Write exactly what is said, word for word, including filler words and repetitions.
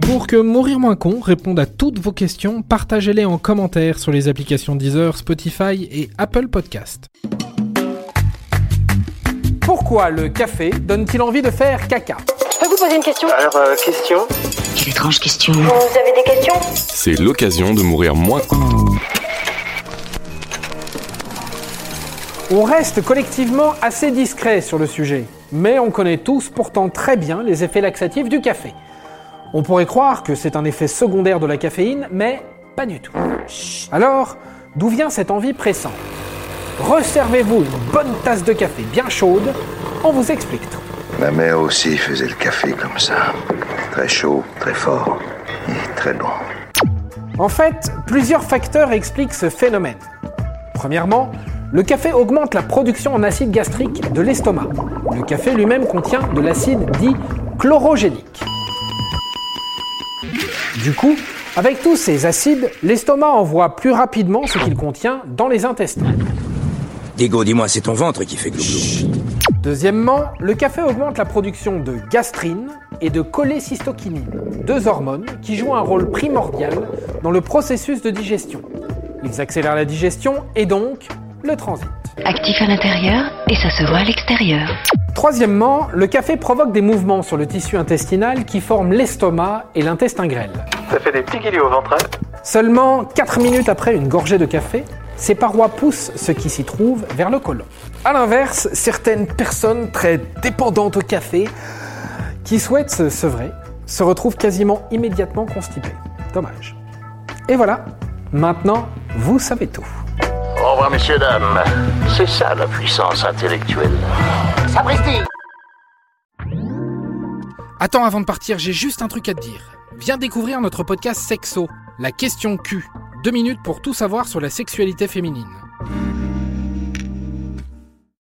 Pour que Mourir Moins Con réponde à toutes vos questions, partagez-les en commentaire sur les applications Deezer, Spotify et Apple Podcast. Pourquoi le café donne-t-il envie de faire caca ? Je peux vous poser une question ? Alors, euh, question ? Quelle étrange question. Vous avez des questions ? C'est l'occasion de mourir moins con. On reste collectivement assez discret sur le sujet, mais on connaît tous pourtant très bien les effets laxatifs du café. On pourrait croire que c'est un effet secondaire de la caféine, mais pas du tout. Alors, d'où vient cette envie pressante ? Resservez-vous une bonne tasse de café bien chaude, on vous explique tout. Ma mère aussi faisait le café comme ça. Très chaud, très fort et très bon. En fait, plusieurs facteurs expliquent ce phénomène. Premièrement, le café augmente la production en acide gastrique de l'estomac. Le café lui-même contient de l'acide dit chlorogénique. Du coup, avec tous ces acides, l'estomac envoie plus rapidement ce qu'il contient dans les intestins. Diego, dis-moi, c'est ton ventre qui fait glou-glou. Deuxièmement, le café augmente la production de gastrine et de cholécystokinine, deux hormones qui jouent un rôle primordial dans le processus de digestion. Ils accélèrent la digestion et donc le transit. Actif à l'intérieur et ça se voit à l'extérieur. Troisièmement, le café provoque des mouvements sur le tissu intestinal qui forment l'estomac et l'intestin grêle. Ça fait des petits guillis au ventre. Seulement quatre minutes après une gorgée de café, ces parois poussent ce qui s'y trouve vers le côlon. A l'inverse, certaines personnes très dépendantes au café qui souhaitent se sevrer se retrouvent quasiment immédiatement constipées. Dommage. Et voilà, maintenant, vous savez tout. Au revoir, messieurs, dames. C'est ça la puissance intellectuelle. Sapristi ! Attends, avant de partir, j'ai juste un truc à te dire. Viens découvrir notre podcast Sexo, la question Q. Deux minutes pour tout savoir sur la sexualité féminine.